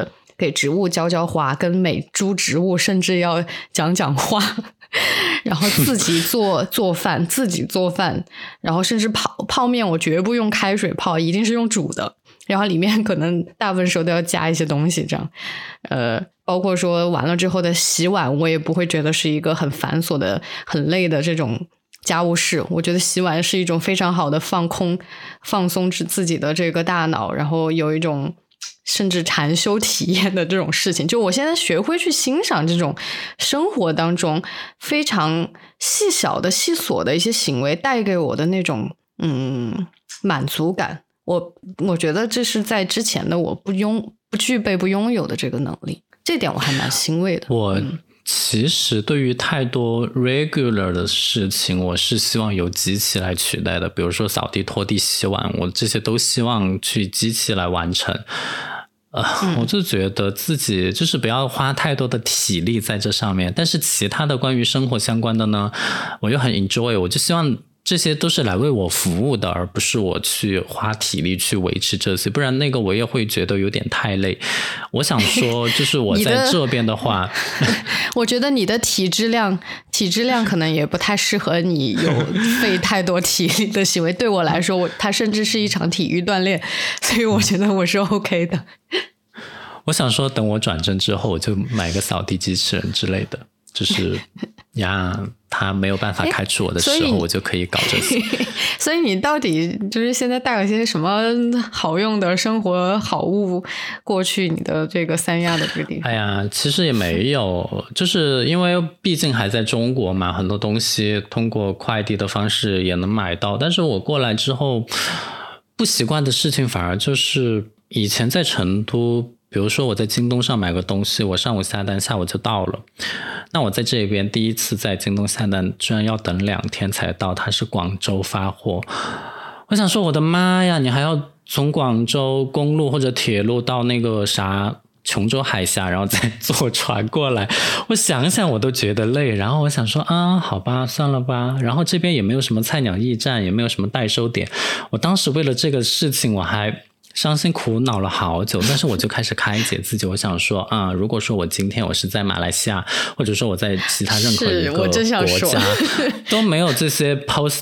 Speaker 2: 给植物浇浇花，跟每株植物甚至要讲讲话，然后自己做做饭，自己做饭，然后甚至泡泡面我绝不用开水泡，一定是用煮的，然后里面可能大部分时候都要加一些东西这样。呃，包括说完了之后的洗碗，我也不会觉得是一个很繁琐的很累的这种家务事，我觉得洗碗是一种非常好的放空放松自己的这个大脑，然后有一种甚至禅修体验的这种事情。就我现在学会去欣赏这种生活当中非常细小的细琐的一些行为带给我的那种嗯满足感，我我觉得这是在之前的我不拥不具备不拥有的这个能力，这点我还蛮欣慰的。
Speaker 1: 我、
Speaker 2: 嗯
Speaker 1: 其实对于太多 regular 的事情，我是希望由机器来取代的，比如说扫地、拖地、洗碗，我这些都希望去机器来完成。呃，
Speaker 2: 嗯、
Speaker 1: 我就觉得自己就是不要花太多的体力在这上面，但是其他的关于生活相关的呢，我又很 enjoy， 我就希望这些都是来为我服务的，而不是我去花体力去维持这些，不然那个我也会觉得有点太累。我想说就是我在这边的话
Speaker 2: 的我觉得你的体质量体质量可能也不太适合你有费太多体力的行为对我来说，我它甚至是一场体育锻炼，所以我觉得我是 OK 的。
Speaker 1: 我想说等我转正之后我就买个扫地机器人之类的，就是呀，他没有办法开除我的时候我就可以搞这些。
Speaker 2: 所以你到底就是现在带了些什么好用的生活好物过去你的这个三亚的这个地方？
Speaker 1: 哎呀，其实也没有，就是因为毕竟还在中国嘛，很多东西通过快递的方式也能买到，但是我过来之后不习惯的事情反而就是以前在成都，比如说我在京东上买个东西，我上午下单下午就到了，那我在这边第一次在京东下单居然要等两天才到，它是广州发货。我想说我的妈呀，你还要从广州公路或者铁路到那个啥琼州海峡，然后再坐船过来，我想想我都觉得累。然后我想说啊，好吧算了吧，然后这边也没有什么菜鸟驿站，也没有什么代收点，我当时为了这个事情我还伤心苦恼了好久，但是我就开始开解自己，我想说啊，如果说我今天我是在马来西亚，或者说我在其他任何一个国家都没有这些 post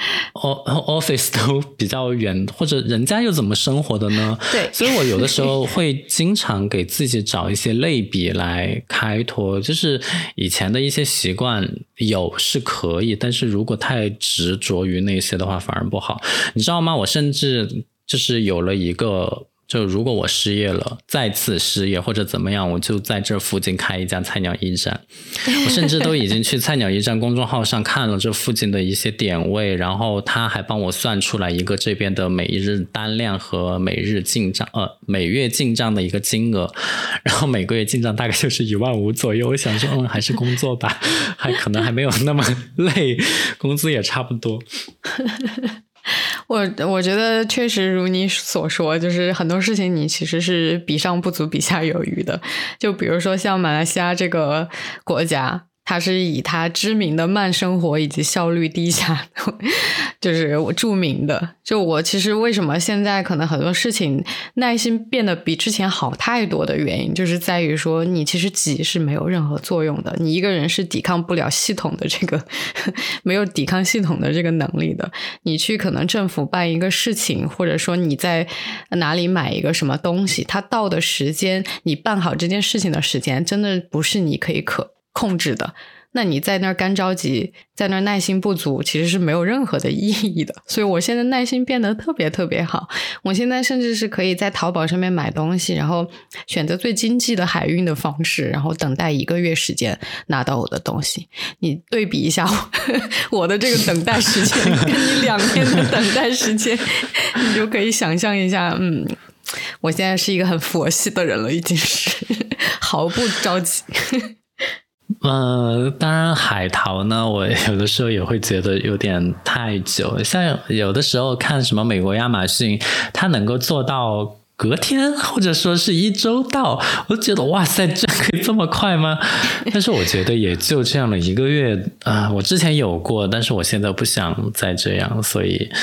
Speaker 1: office 都比较远，或者人家又怎么生活的呢？
Speaker 2: 对，
Speaker 1: 所以我有的时候会经常给自己找一些类比来开脱，就是以前的一些习惯有是可以，但是如果太执着于那些的话反而不好，你知道吗？我甚至就是有了一个，就如果我失业了，再次失业或者怎么样，我就在这附近开一家菜鸟驿站。我甚至都已经去菜鸟驿站公众号上看了这附近的一些点位，然后他还帮我算出来一个这边的每日单量和每日进账呃每月进账的一个金额，然后每个月进账大概就是一万五左右。我想说嗯，还是工作吧，还可能还没有那么累，工资也差不多。
Speaker 2: 我我觉得确实如你所说，就是很多事情你其实是比上不足比下有余的。就比如说像马来西亚这个国家，它是以它知名的慢生活以及效率低下就是我著名的。就我其实为什么现在可能很多事情耐心变得比之前好太多的原因，就是在于说你其实急是没有任何作用的，你一个人是抵抗不了系统的这个没有抵抗系统的这个能力的。你去可能政府办一个事情，或者说你在哪里买一个什么东西，它到的时间，你办好这件事情的时间真的不是你可以可控制的，那你在那儿干着急，在那儿耐心不足，其实是没有任何的意义的。所以我现在耐心变得特别特别好，我现在甚至是可以在淘宝上面买东西，然后选择最经济的海运的方式，然后等待一个月时间拿到我的东西。你对比一下我, 我的这个等待时间跟你两天的等待时间你就可以想象一下，嗯，我现在是一个很佛系的人了，已经是毫不着急。
Speaker 1: 呃，当然海淘呢，我有的时候也会觉得有点太久，像有的时候看什么美国亚马逊，它能够做到隔天或者说是一周到，我就觉得哇塞，这可以这么快吗？但是我觉得也就这样了一个月啊、呃，我之前有过，但是我现在不想再这样，所以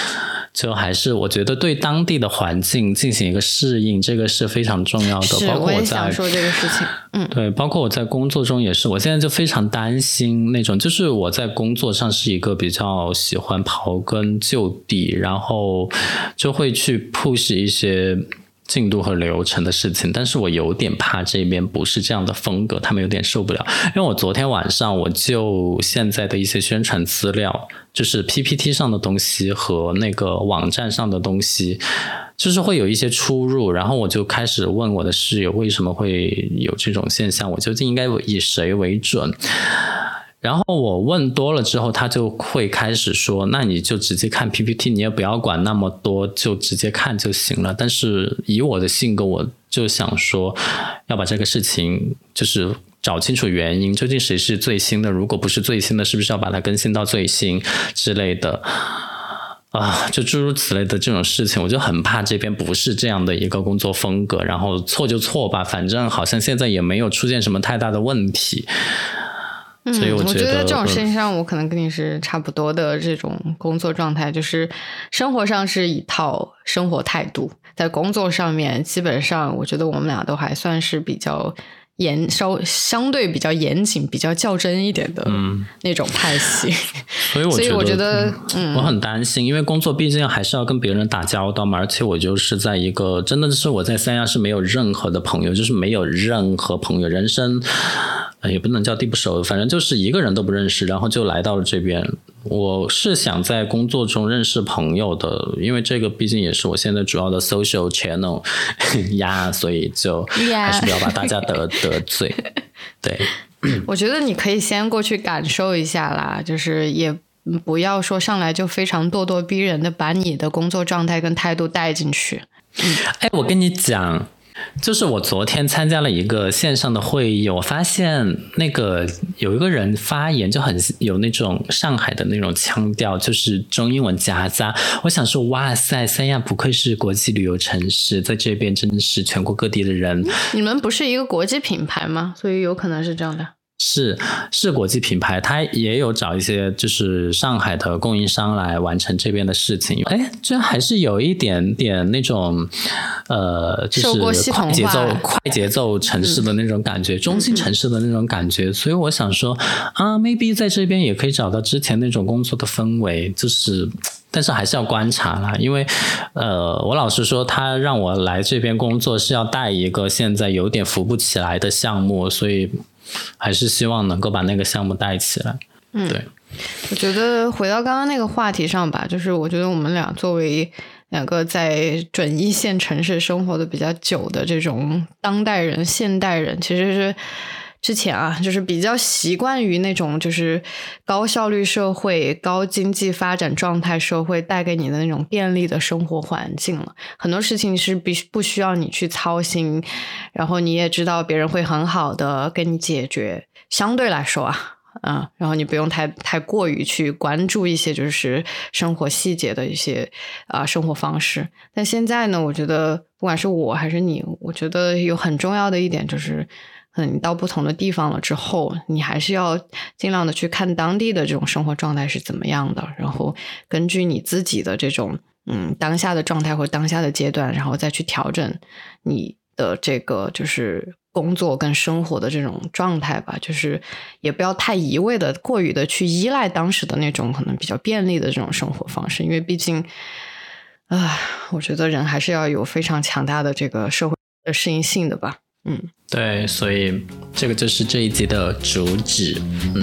Speaker 1: 就还是我觉得对当地的环境进行一个适应，这个是非常重要的。
Speaker 2: 是，
Speaker 1: 包括我在
Speaker 2: 我也想说这个事情。嗯，
Speaker 1: 对，包括我在工作中也是，我现在就非常担心那种，就是我在工作上是一个比较喜欢刨根究底，然后就会去 push 一些进度和流程的事情，但是我有点怕这边不是这样的风格，他们有点受不了。因为我昨天晚上我就现在的一些宣传资料，就是 P P T 上的东西和那个网站上的东西，就是会有一些出入，然后我就开始问我的室友为什么会有这种现象，我究竟应该以谁为准。然后我问多了之后，他就会开始说，那你就直接看 P P T， 你也不要管那么多，就直接看就行了。但是以我的性格，我就想说要把这个事情就是找清楚原因，究竟谁是最新的，如果不是最新的，是不是要把它更新到最新之类的啊，就诸如此类的这种事情，我就很怕这边不是这样的一个工作风格，然后错就错吧，反正好像现在也没有出现什么太大的问题。所以我觉得、
Speaker 2: 嗯、我觉得这种事情上我可能跟你是差不多的这种工作状态，就是生活上是一套生活态度，在工作上面基本上我觉得我们俩都还算是比较严稍相对比较严谨比较较真一点的那种派系、嗯、
Speaker 1: 所以我觉得,
Speaker 2: 所以我觉得嗯，
Speaker 1: 我很担心，因为工作毕竟还是要跟别人打交道嘛，而且我就是在一个真的是我在三亚是没有任何的朋友，就是没有任何朋友，人生也不能叫地不熟，反正就是一个人都不认识，然后就来到了这边。我是想在工作中认识朋友的，因为这个毕竟也是我现在主要的 social channel 呀，所以就还是不要把大家得得罪。对，
Speaker 2: 我觉得你可以先过去感受一下啦，就是也不要说上来就非常咄咄逼人的把你的工作状态跟态度带进去。
Speaker 1: 嗯，哎，我跟你讲。就是我昨天参加了一个线上的会议，我发现那个有一个人发言就很有那种上海的那种腔调，就是中英文夹杂。我想说，哇塞，三亚不愧是国际旅游城市，在这边真是全国各地的人。
Speaker 2: 你们不是一个国际品牌吗？所以有可能是这样的。
Speaker 1: 是是国际品牌，他也有找一些就是上海的供应商来完成这边的事情。哎，这还是有一点点那种呃，就是快节奏快节奏城市的那种感觉、嗯、中心城市的那种感觉、嗯、所以我想说啊 maybe 在这边也可以找到之前那种工作的氛围，就是但是还是要观察啦，因为呃，我老实说他让我来这边工作是要带一个现在有点扶不起来的项目，所以还是希望能够把那个项目带起来。
Speaker 2: 嗯，
Speaker 1: 对，
Speaker 2: 我觉得回到刚刚那个话题上吧，就是我觉得我们俩作为两个在准一线城市生活的比较久的这种当代人现代人，其实是之前啊就是比较习惯于那种就是高效率社会高经济发展状态社会带给你的那种便利的生活环境了，很多事情是必须不需要你去操心，然后你也知道别人会很好的跟你解决，相对来说啊嗯，然后你不用太太过于去关注一些就是生活细节的一些啊、呃、生活方式。但现在呢，我觉得不管是我还是你，我觉得有很重要的一点就是嗯，你到不同的地方了之后，你还是要尽量的去看当地的这种生活状态是怎么样的，然后根据你自己的这种嗯当下的状态或当下的阶段，然后再去调整你的这个就是工作跟生活的这种状态吧，就是也不要太一味的过于的去依赖当时的那种可能比较便利的这种生活方式，因为毕竟啊，我觉得人还是要有非常强大的这个社会的适应性的吧。嗯，
Speaker 1: 对，所以这个就是这一集的主旨。嗯，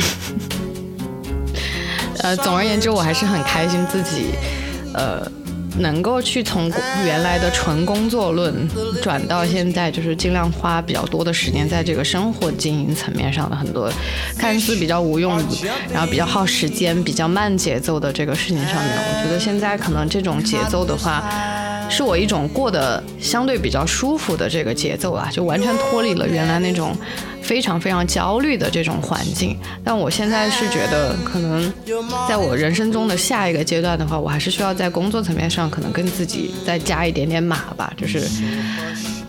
Speaker 2: 呃，总而言之，我还是很开心自己，呃，能够去从原来的纯工作论转到现在，就是尽量花比较多的时间在这个生活经营层面上的很多看似比较无用，然后比较耗时间、比较慢节奏的这个事情上面。我觉得现在可能这种节奏的话，是我一种过得相对比较舒服的这个节奏啊，就完全脱离了原来那种非常非常焦虑的这种环境。但我现在是觉得可能在我人生中的下一个阶段的话，我还是需要在工作层面上可能跟自己再加一点点码吧，就是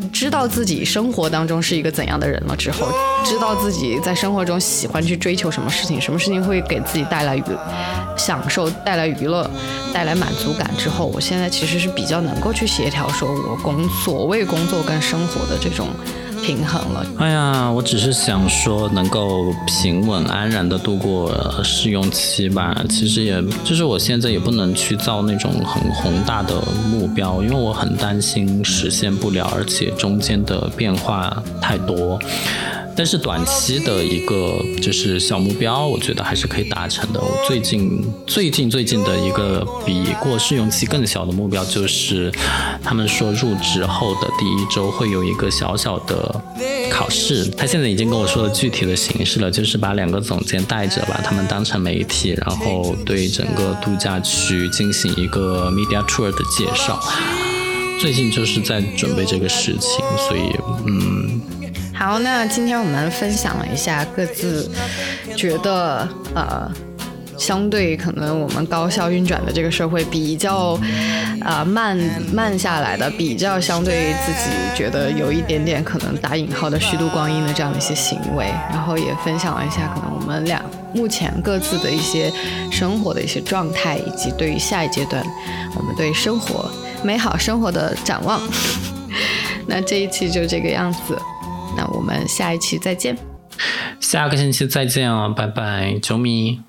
Speaker 2: 知道自己生活当中是一个怎样的人了之后，知道自己在生活中喜欢去追求什么事情，什么事情会给自己带来娱享受、带来娱乐、带来满足感之后，我现在其实是比较能够去协调说我工所谓工作跟生活的这种平衡了。
Speaker 1: 哎呀，我只是想说能够平稳安然的度过试用期吧。其实也就是我现在也不能去造那种很宏大的目标，因为我很担心实现不了，而且中间的变化太多。但是短期的一个就是小目标，我觉得还是可以达成的。我最近最近最近的一个比过试用期更小的目标，就是他们说入职后的第一周会有一个小小的考试。他现在已经跟我说了具体的形式了，就是把两个总监带着，把他们当成媒体，然后对整个度假区进行一个 media tour 的介绍。最近就是在准备这个事情，所以嗯。
Speaker 2: 好，那今天我们分享了一下各自觉得呃，相对可能我们高效运转的这个社会比较呃慢慢下来的，比较相对自己觉得有一点点可能打引号的虚度光阴的这样的一些行为，然后也分享了一下可能我们俩目前各自的一些生活的一些状态，以及对于下一阶段我们对生活美好生活的展望。那这一期就这个样子，那我们下一期再见，
Speaker 1: 下个星期再见啊，拜拜，九米。